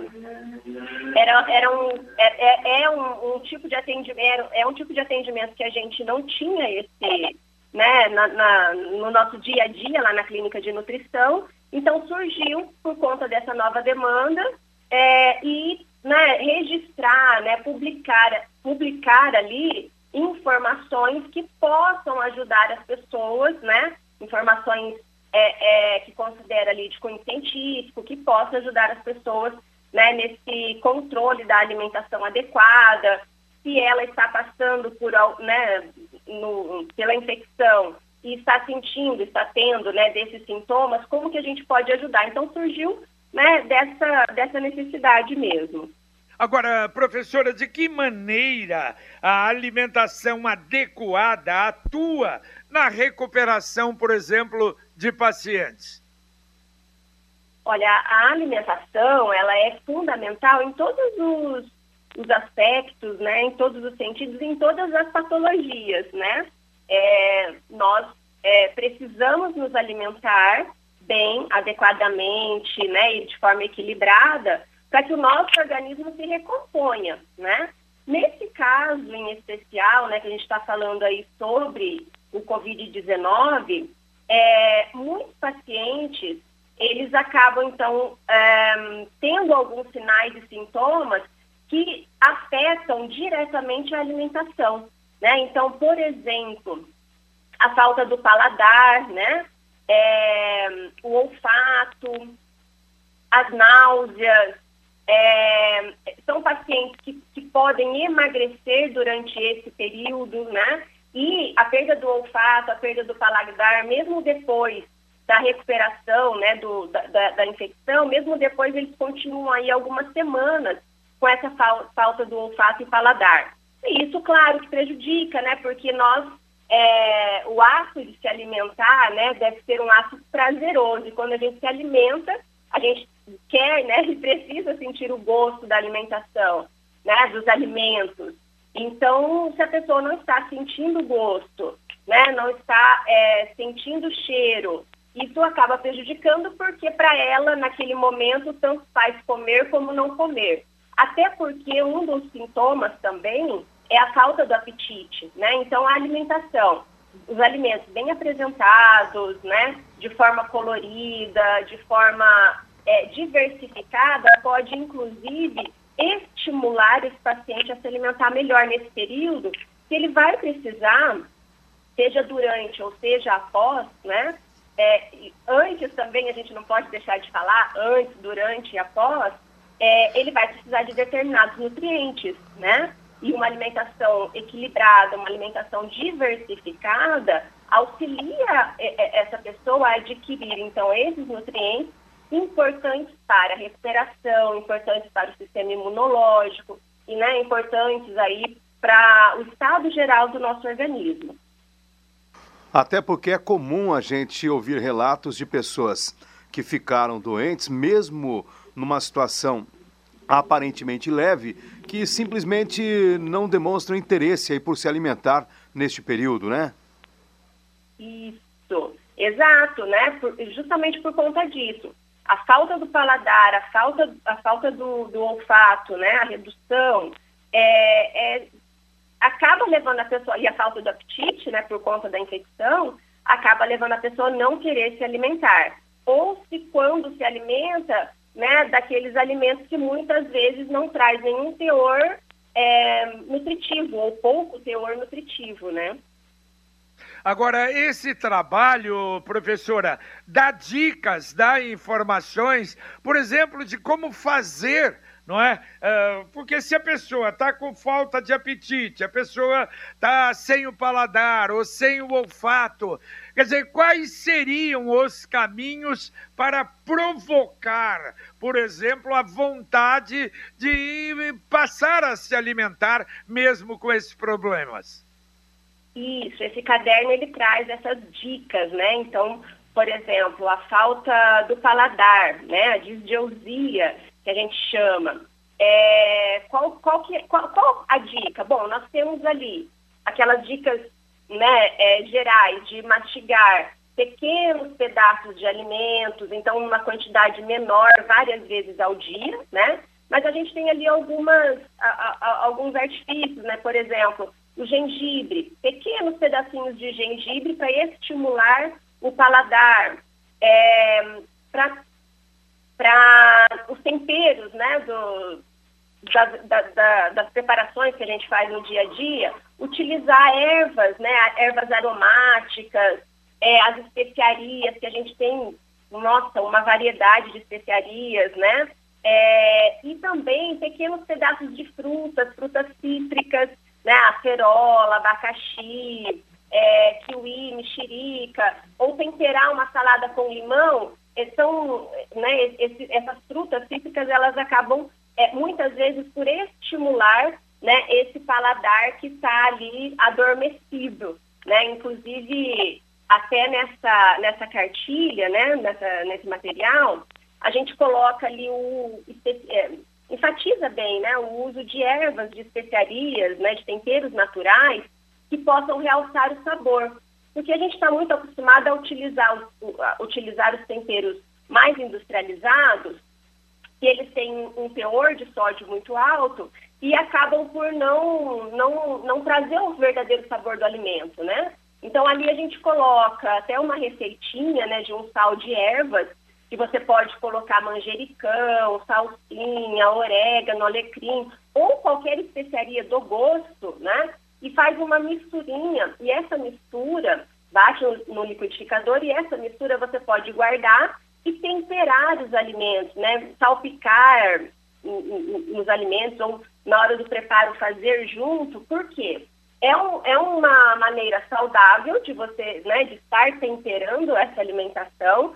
era, era um, é, é um, um tipo de atendimento, é um tipo de atendimento que a gente não tinha esse, né, na, na, no nosso dia a dia lá na clínica de nutrição, então surgiu por conta dessa nova demanda é, e né, registrar, né, publicar, publicar ali informações que possam ajudar as pessoas, né, informações é, é, que considera ali de cunho científico, que possam ajudar as pessoas, né, nesse controle da alimentação adequada, se ela está passando por, né, no, pela infecção e está sentindo, está tendo, né, desses sintomas, como que a gente pode ajudar? Então surgiu, né, dessa, dessa necessidade mesmo. Agora, professora, de que maneira a alimentação adequada atua na recuperação, por exemplo, de pacientes? Olha, a alimentação, ela é fundamental em todos os, os aspectos, né, em todos os sentidos, em todas as patologias, né? É, nós é, precisamos nos alimentar bem, adequadamente, né, e de forma equilibrada, para que o nosso organismo se recomponha, né? Nesse caso em especial, né, que a gente está falando aí sobre o covid dezenove, é, muitos pacientes, eles acabam, então, é, tendo alguns sinais e sintomas que afetam diretamente a alimentação, né? Então, por exemplo, a falta do paladar, né? É, o olfato, as náuseas, é, são pacientes que, que podem emagrecer durante esse período, né? E a perda do olfato, a perda do paladar, mesmo depois da recuperação, né, do, da, da, da infecção, mesmo depois eles continuam aí algumas semanas com essa fal, falta do olfato e paladar. E isso, claro, que prejudica, né, porque nós, é, o ato de se alimentar, né, deve ser um ato prazeroso, e quando a gente se alimenta, a gente quer, né, e precisa sentir o gosto da alimentação, né, dos alimentos. Então, se a pessoa não está sentindo gosto, né, não está é, sentindo cheiro, isso acaba prejudicando porque para ela, naquele momento, tanto faz comer como não comer. Até porque um dos sintomas também é a falta do apetite, né? Então, a alimentação, os alimentos bem apresentados, né, de forma colorida, de forma é, diversificada, pode, inclusive, estimular esse paciente a se alimentar melhor nesse período, que ele vai precisar, seja durante ou seja após, né? É, antes também, a gente não pode deixar de falar, antes, durante e após, é, ele vai precisar de determinados nutrientes, né? E uma alimentação equilibrada, uma alimentação diversificada, auxilia essa pessoa a adquirir, então, esses nutrientes importantes para a recuperação, importantes para o sistema imunológico e, né, importantes aí para o estado geral do nosso organismo. Até porque é comum a gente ouvir relatos de pessoas que ficaram doentes, mesmo numa situação aparentemente leve, que simplesmente não demonstram interesse aí por se alimentar neste período, né? Isso, exato, né? Por, justamente por conta disso. A falta do paladar, a falta, a falta do, do olfato, né? A redução, é, é, acaba levando a pessoa, e a falta do apetite, né? Por conta da infecção, acaba levando a pessoa a não querer se alimentar. Ou se quando se alimenta, né? Daqueles alimentos que muitas vezes não traz nenhum teor é, nutritivo, ou pouco teor nutritivo, né? Agora, esse trabalho, professora, dá dicas, dá informações, por exemplo, de como fazer, não é? Uh, porque se a pessoa está com falta de apetite, a pessoa está sem o paladar ou sem o olfato, quer dizer, quais seriam os caminhos para provocar, por exemplo, a vontade de passar a se alimentar mesmo com esses problemas? Isso, esse caderno ele traz essas dicas, né? Então, por exemplo, a falta do paladar, né? A disgeusia, que a gente chama. É, qual, qual, que, qual, qual a dica? Bom, nós temos ali aquelas dicas, né, é, gerais de mastigar pequenos pedaços de alimentos, então uma quantidade menor várias vezes ao dia, né? Mas a gente tem ali algumas, a, a, alguns artifícios, né? Por exemplo, o gengibre, pequenos pedacinhos de gengibre para estimular o paladar, é, para os temperos, né, do, das, da, da, das preparações que a gente faz no dia a dia, utilizar ervas, né, ervas aromáticas, é, as especiarias, que a gente tem, nossa, uma variedade de especiarias, né, é, e também pequenos pedaços de frutas, frutas cítricas, né, acerola, abacaxi, é, kiwi, mexerica, ou temperar uma salada com limão, são, né, esse, essas frutas cítricas, elas acabam é, muitas vezes por estimular, né, esse paladar que está ali adormecido, né? Inclusive, até nessa, nessa cartilha, né, nessa, nesse material, a gente coloca ali o... É, enfatiza bem, né, o uso de ervas, de especiarias, né, de temperos naturais que possam realçar o sabor. Porque a gente está muito acostumado a utilizar os, a utilizar os temperos mais industrializados, que eles têm um teor de sódio muito alto e acabam por não, não, não trazer o verdadeiro sabor do alimento, né? Então, ali a gente coloca até uma receitinha, né, de um sal de ervas, que você pode colocar manjericão, salsinha, orégano, alecrim, ou qualquer especiaria do gosto, né? E faz uma misturinha. E essa mistura bate no, no liquidificador e essa mistura você pode guardar e temperar os alimentos, né? Salpicar nos alimentos ou na hora do preparo fazer junto. Por quê? É, um, é uma maneira saudável de você, né, de estar temperando essa alimentação.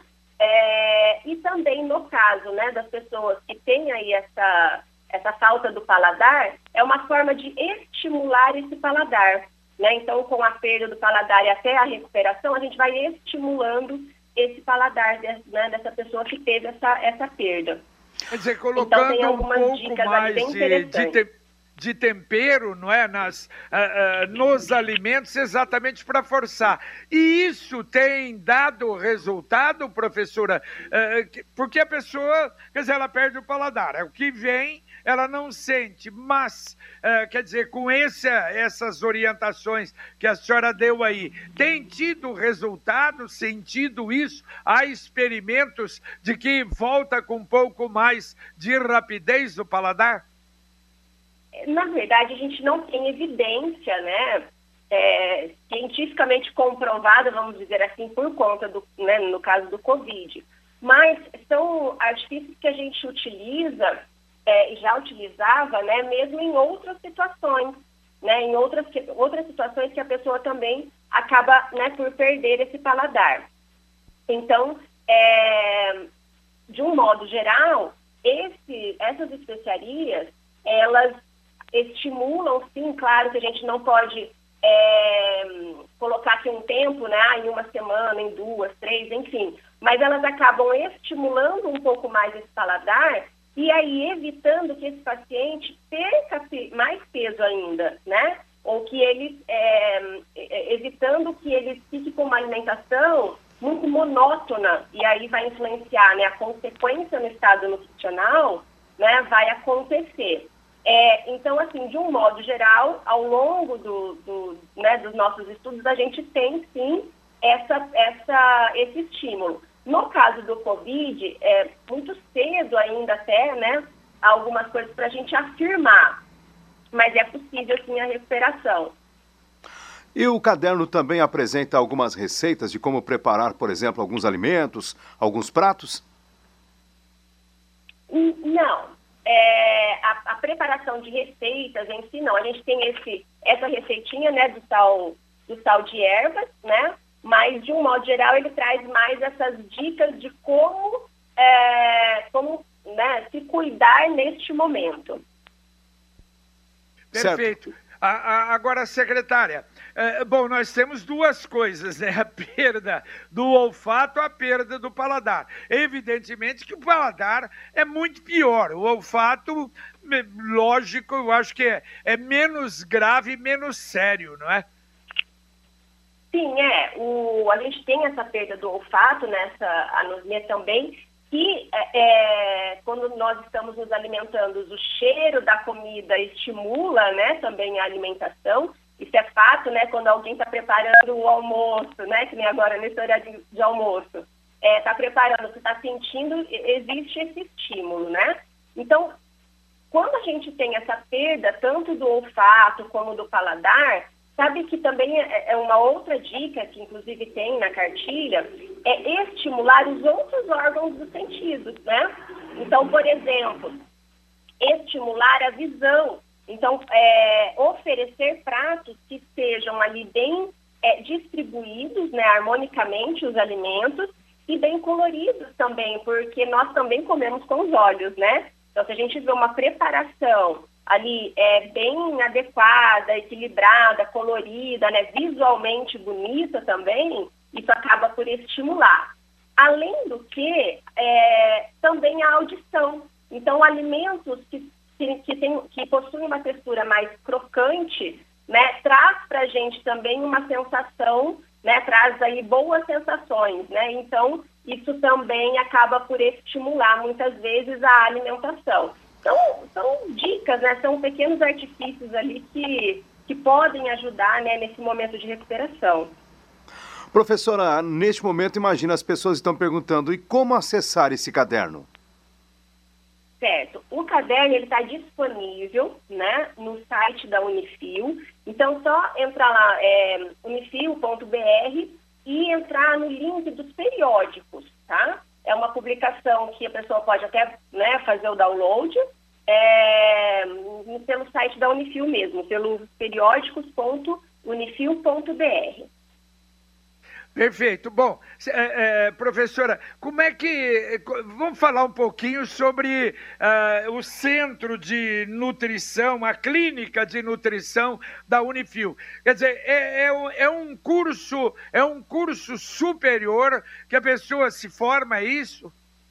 É, e também no caso, né, das pessoas que têm aí essa, essa falta do paladar, é uma forma de estimular esse paladar, né? Então, com a perda do paladar e até a recuperação, a gente vai estimulando esse paladar de, né, dessa pessoa que teve essa, essa perda. Quer dizer, colocando então, um pouco mais de, de, te, de tempero, não é, nas, uh, uh, nos alimentos, exatamente para forçar. E isso tem dado resultado, professora? Uh, porque a pessoa, quer dizer, ela perde o paladar. É o que vem, ela não sente. Mas, uh, quer dizer, com esse, essas orientações que a senhora deu aí, tem tido resultado, sentido isso? Há experimentos de que volta com um pouco mais de rapidez do paladar? Na verdade, a gente não tem evidência, né, é, cientificamente comprovada, vamos dizer assim, por conta do, né, no caso do Covid. Mas são artifícios que a gente utiliza é, e já utilizava, né, mesmo em outras situações, né, em outras, outras situações que a pessoa também acaba, né, por perder esse paladar. Então, é, de um modo geral, esse, essas especiarias, elas estimulam, sim, claro que a gente não pode é, colocar aqui um tempo, né, em uma semana, em duas, três, enfim, mas elas acabam estimulando um pouco mais esse paladar e aí evitando que esse paciente perca mais peso ainda, né, ou que ele, é, evitando que ele fique com uma alimentação muito monótona e aí vai influenciar, né, a consequência no estado nutricional, né, vai acontecer. É, então, assim, de um modo geral, ao longo do, do, né, dos nossos estudos, a gente tem, sim, essa, essa, esse estímulo. No caso do Covid, é muito cedo ainda até, né, algumas coisas para a gente afirmar, mas é possível, sim, a recuperação. E o caderno também apresenta algumas receitas de como preparar, por exemplo, alguns alimentos, alguns pratos? Não. É, a, a preparação de receitas em si, não. A gente tem esse, essa receitinha, né, do sal, do sal de ervas, né? Mas, de um modo geral, ele traz mais essas dicas de como, é, como né, se cuidar neste momento. Perfeito. Certo. A, a, agora, secretária, é, bom, nós temos duas coisas, né? A perda do olfato, a perda do paladar. Evidentemente que o paladar é muito pior. O olfato, lógico, eu acho que é, é menos grave e menos sério, não é? Sim, é. O, a gente tem essa perda do olfato, nessa anosmia também, que é, quando nós estamos nos alimentando, o cheiro da comida estimula, né, também a alimentação. Isso é fato, né, quando alguém está preparando o almoço, né, que nem agora nesse horário de, de almoço, está é, preparando, você está sentindo, existe esse estímulo, né? Então, quando a gente tem essa perda, tanto do olfato como do paladar, sabe que também é uma outra dica, que inclusive tem na cartilha, é estimular os outros órgãos dos sentidos, né? Então, por exemplo, estimular a visão. Então, é, oferecer pratos que sejam ali bem é, distribuídos, né, harmonicamente, os alimentos, e bem coloridos também, porque nós também comemos com os olhos, né? Então, se a gente vê uma preparação ali é, bem adequada, equilibrada, colorida, né, visualmente bonita também, isso acaba por estimular. Além do que, é, também a audição. Então, alimentos que, que, que, tem, que possuem uma textura mais crocante, né, traz para a gente também uma sensação, né, traz aí boas sensações, né, então isso também acaba por estimular muitas vezes a alimentação. Então, são dicas, né, são pequenos artifícios ali que, que podem ajudar, né, nesse momento de recuperação. Professora, neste momento, imagina, as pessoas estão perguntando, e como acessar esse caderno? Certo. O caderno está disponível, né, no site da Unifil. Então, só entrar lá, é, unifil ponto b r, e entrar no link dos periódicos, tá? É uma publicação que a pessoa pode até, né, fazer o download é, pelo site da Unifil mesmo, pelo periódicos ponto unifil ponto b r. Perfeito. Bom, é, é, professora, como é que... Vamos falar um pouquinho sobre uh, o Centro de Nutrição, a Clínica de Nutrição da Unifil. Quer dizer, é, é, é, um curso, é um curso superior que a pessoa se forma, é isso?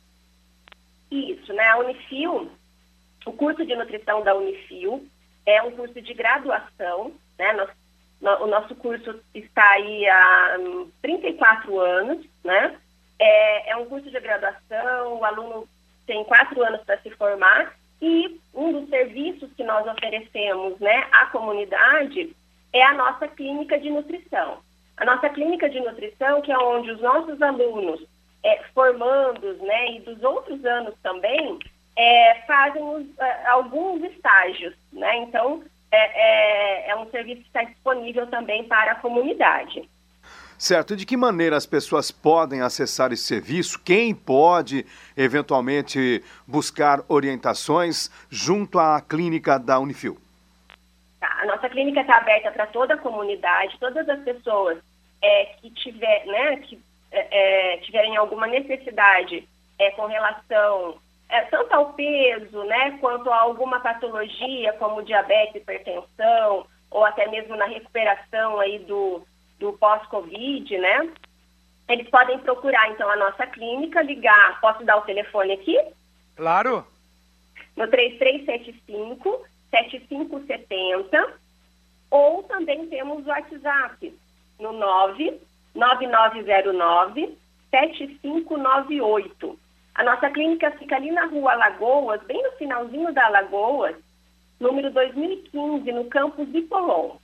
Isso, né? A Unifil, o curso de nutrição da Unifil é um curso de graduação, né? Nós O nosso curso está aí há trinta e quatro anos, né? É, é um curso de graduação, o aluno tem quatro anos para se formar, e um dos serviços que nós oferecemos, né, à comunidade é a nossa clínica de nutrição. A nossa clínica de nutrição, que é onde os nossos alunos é, formandos, né, e dos outros anos também, é, fazem os, é, alguns estágios, né? Então, É, é, é um serviço que está disponível também para a comunidade. Certo. De que maneira as pessoas podem acessar esse serviço? Quem pode, eventualmente, buscar orientações junto à clínica da Unifil? Tá, a nossa clínica está aberta para toda a comunidade, todas as pessoas é, que, tiver, né, que é, tiverem alguma necessidade é, com relação... É, tanto ao peso, né, quanto a alguma patologia, como diabetes, hipertensão, ou até mesmo na recuperação aí do, do pós-Covid, né, eles podem procurar, então, a nossa clínica, ligar, posso dar o telefone aqui? Claro. No três três sete cinco, sete cinco sete zero, ou também temos o WhatsApp, no nove nove nove zero nove, sete cinco nove oito. A nossa clínica fica ali na rua Alagoas, bem no finalzinho da Alagoas, número dois mil e quinze, no campus de Colombo.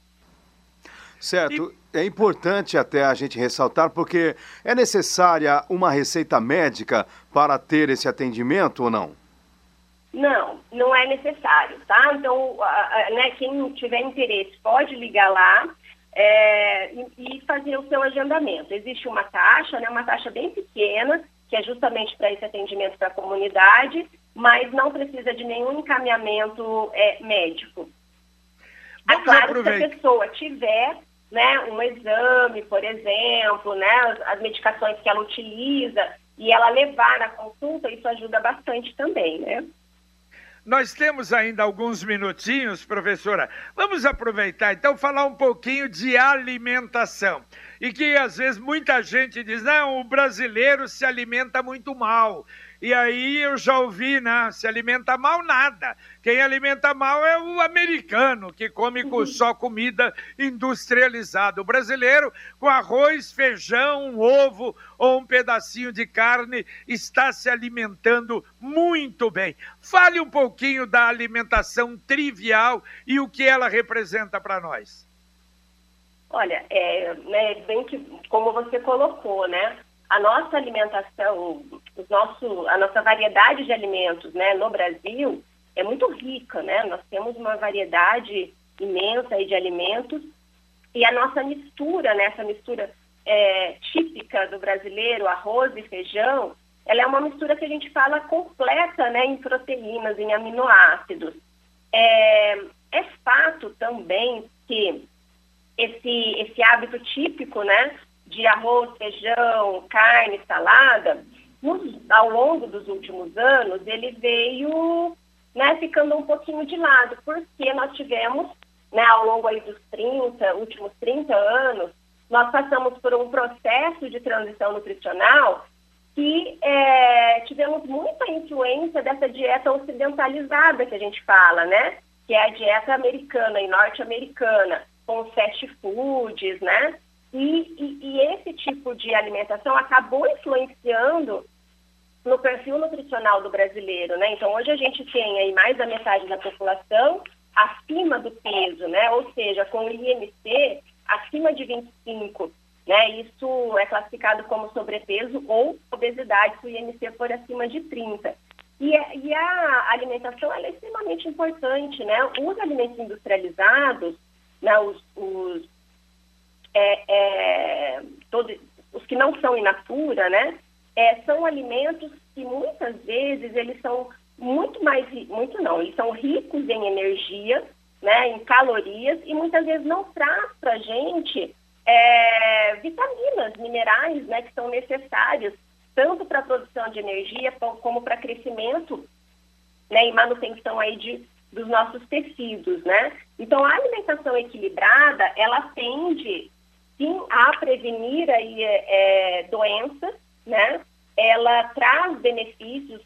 Certo. É importante até a gente ressaltar, porque é necessária uma receita médica para ter esse atendimento ou não? Não, não é necessário, tá? Então, né, quem tiver interesse pode ligar lá é, e fazer o seu agendamento. Existe uma taxa, né, uma taxa bem pequena, que é justamente para esse atendimento para a comunidade, mas não precisa de nenhum encaminhamento é, médico. Vamos é claro aproveitar. que se a pessoa tiver, né, um exame, por exemplo, né, as, as medicações que ela utiliza, e ela levar na consulta, isso ajuda bastante também, né? Nós temos ainda alguns minutinhos, professora. Vamos aproveitar, então, falar um pouquinho de alimentação. E que, às vezes, muita gente diz, não, o brasileiro se alimenta muito mal. E aí eu já ouvi, né, se alimenta mal nada. Quem alimenta mal é o americano, que come com só comida industrializada. O brasileiro, com arroz, feijão, um ovo ou um pedacinho de carne, está se alimentando muito bem. Fale um pouquinho da alimentação trivial e o que ela representa para nós. Olha, é, né, bem que, como você colocou, né? A nossa alimentação, os nosso, a nossa variedade de alimentos, né, no Brasil é muito rica, né? Nós temos uma variedade imensa aí de alimentos, e a nossa mistura, né, essa mistura é, típica do brasileiro, arroz e feijão, ela é uma mistura que a gente fala completa, né, em proteínas, em aminoácidos. É, é fato também que esse, esse hábito típico, né, de arroz, feijão, carne, salada, nos, ao longo dos últimos anos, ele veio né, ficando um pouquinho de lado, porque nós tivemos, né, ao longo aí dos trinta, últimos trinta anos, nós passamos por um processo de transição nutricional que é, tivemos muita influência dessa dieta ocidentalizada que a gente fala, né? Que é a dieta americana e norte-americana, com os fast foods, né? E, e, e esse tipo de alimentação acabou influenciando no perfil nutricional do brasileiro, né? Então, hoje a gente tem aí mais da metade da população acima do peso, né? Ou seja, com o I M C acima de vinte e cinco, né? Isso é classificado como sobrepeso ou obesidade se o I M C for acima de trinta. E, e a alimentação, ela é extremamente importante, né? Os alimentos industrializados, né? Os, os, é, é, todo, os que não são in natura, né? É, são alimentos que muitas vezes eles são muito mais, muito não, eles são ricos em energia, né, em calorias, e muitas vezes não traz para a gente é, vitaminas, minerais, né, que são necessários tanto para a produção de energia como para crescimento, né, e manutenção aí de, dos nossos tecidos, né? Então, a alimentação equilibrada, ela tende, sim, a prevenir aí, é, doenças, né? Ela traz benefícios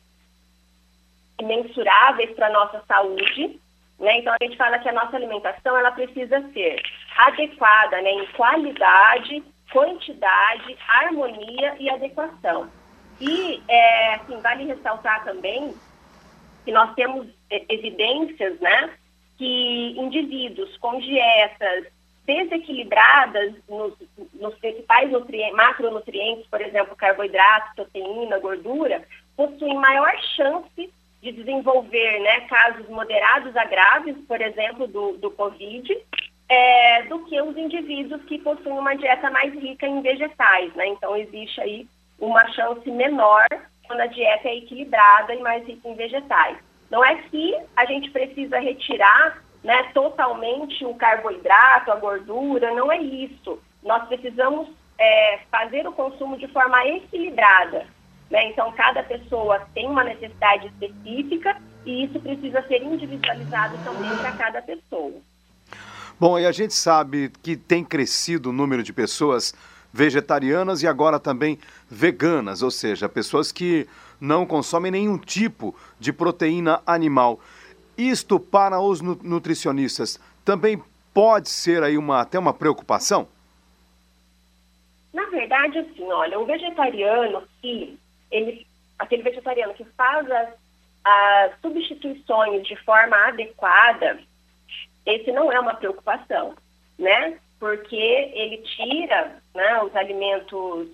imensuráveis para a nossa saúde, né? Então, a gente fala que a nossa alimentação, ela precisa ser adequada, né, em qualidade, quantidade, harmonia e adequação. E, é, assim, vale ressaltar também que nós temos evidências, né, que indivíduos com dietas desequilibradas nos, nos principais nutrientes, macronutrientes, por exemplo, carboidrato, proteína, gordura, possuem maior chance de desenvolver, né, casos moderados a graves, por exemplo, do, do Covid, é, do que os indivíduos que possuem uma dieta mais rica em vegetais, né? Então, existe aí uma chance menor quando a dieta é equilibrada e mais rica em vegetais. Não é que a gente precisa retirar, né, totalmente o carboidrato, a gordura, não é isso. Nós precisamos é, fazer o consumo de forma equilibrada, né? Então, cada pessoa tem uma necessidade específica e isso precisa ser individualizado também para cada pessoa. Bom, e a gente sabe que tem crescido o número de pessoas vegetarianas e agora também veganas, ou seja, pessoas que não consomem nenhum tipo de proteína animal. Isto para os nutricionistas também pode ser aí uma, até uma preocupação? Na verdade, assim, olha, o vegetariano que ele, aquele vegetariano que faz as, as substituições de forma adequada, esse não é uma preocupação, né? Porque ele tira, né, os alimentos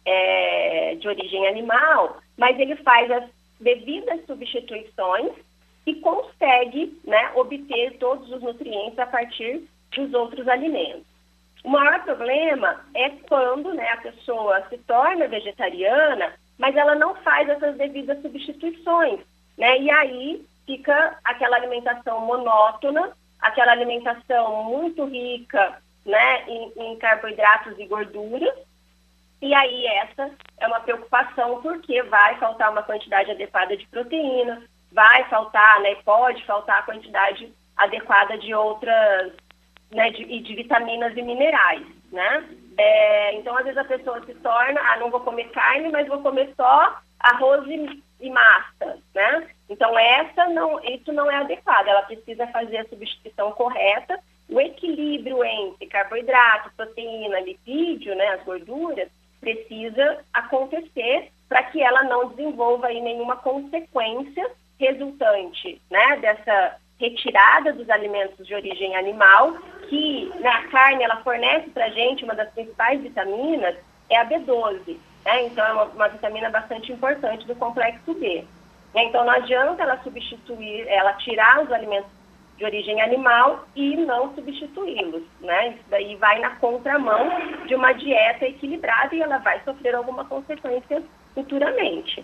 é, de origem animal, mas ele faz as devidas substituições e consegue, né, obter todos os nutrientes a partir dos outros alimentos. O maior problema é quando, né, a pessoa se torna vegetariana, mas ela não faz essas devidas substituições, né? E aí fica aquela alimentação monótona, aquela alimentação muito rica, né, em, em carboidratos e gorduras, e aí essa é uma preocupação porque vai faltar uma quantidade adequada de proteína, vai faltar, né, pode faltar a quantidade adequada de outras, né, de, de vitaminas e minerais, né? É, então, às vezes a pessoa se torna, ah, não vou comer carne, mas vou comer só arroz e, e massa, né? Então, essa não, isso não é adequado, ela precisa fazer a substituição correta, o equilíbrio entre carboidrato, proteína, lipídio, né, as gorduras, precisa acontecer para que ela não desenvolva aí nenhuma consequência resultante, né, dessa retirada dos alimentos de origem animal, que na carne ela fornece para a gente uma das principais vitaminas, é a B doze, né? Então é uma, uma vitamina bastante importante do complexo B. Então não adianta ela substituir, ela tirar os alimentos de origem animal e não substituí-los, né? Isso daí vai na contramão de uma dieta equilibrada e ela vai sofrer alguma consequência futuramente.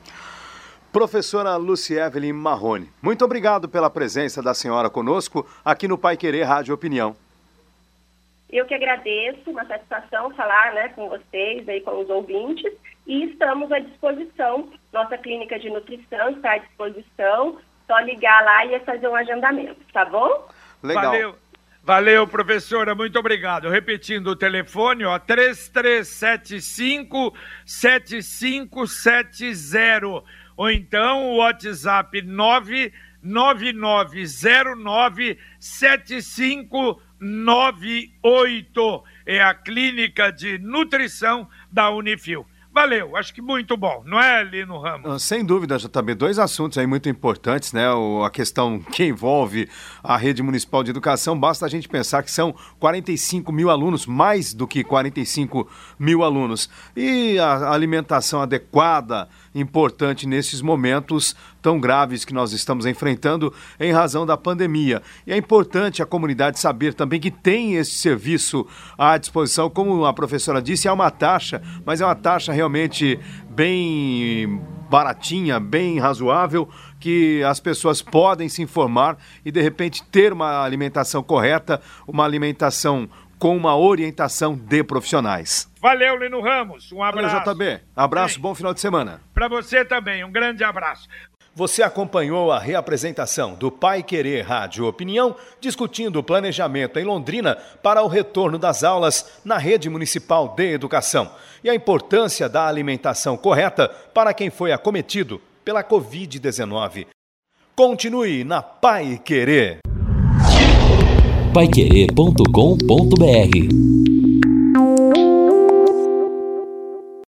Professora Lucy-Evelyn Marrone, muito obrigado pela presença da senhora conosco aqui no Pai Querer Rádio Opinião. Eu que agradeço, uma satisfação falar, né, com vocês, aí, com os ouvintes, e estamos à disposição, nossa clínica de nutrição está à disposição só ligar lá e fazer um agendamento, tá bom? Legal. Valeu. Valeu, professora, muito obrigado. Repetindo o telefone, ó, três três sete cinco, sete cinco sete zero, ou então o WhatsApp nove nove nove zero nove sete cinco nove oito. É a Clínica de Nutrição da Unifil. Valeu, acho que muito bom, não é, Lino Ramos? Sem dúvida, J B, dois assuntos aí muito importantes, né? O, a questão que envolve a rede municipal de educação, basta a gente pensar que são quarenta e cinco mil alunos, mais do que quarenta e cinco mil alunos. E a alimentação adequada, importante nesses momentos tão graves que nós estamos enfrentando em razão da pandemia. E é importante a comunidade saber também que tem esse serviço à disposição, como a professora disse, é uma taxa, mas é uma taxa realmente bem baratinha, bem razoável, que as pessoas podem se informar e de repente ter uma alimentação correta, uma alimentação com uma orientação de profissionais. Valeu, Lino Ramos, um abraço. Valeu, J B. Abraço, Bem, bom final de semana. Para você também, um grande abraço. Você acompanhou a reapresentação do Pai Querer Rádio Opinião, discutindo o planejamento em Londrina para o retorno das aulas na rede municipal de educação e a importância da alimentação correta para quem foi acometido pela covid dezenove. Continue na Pai Querer. pai querer ponto com ponto br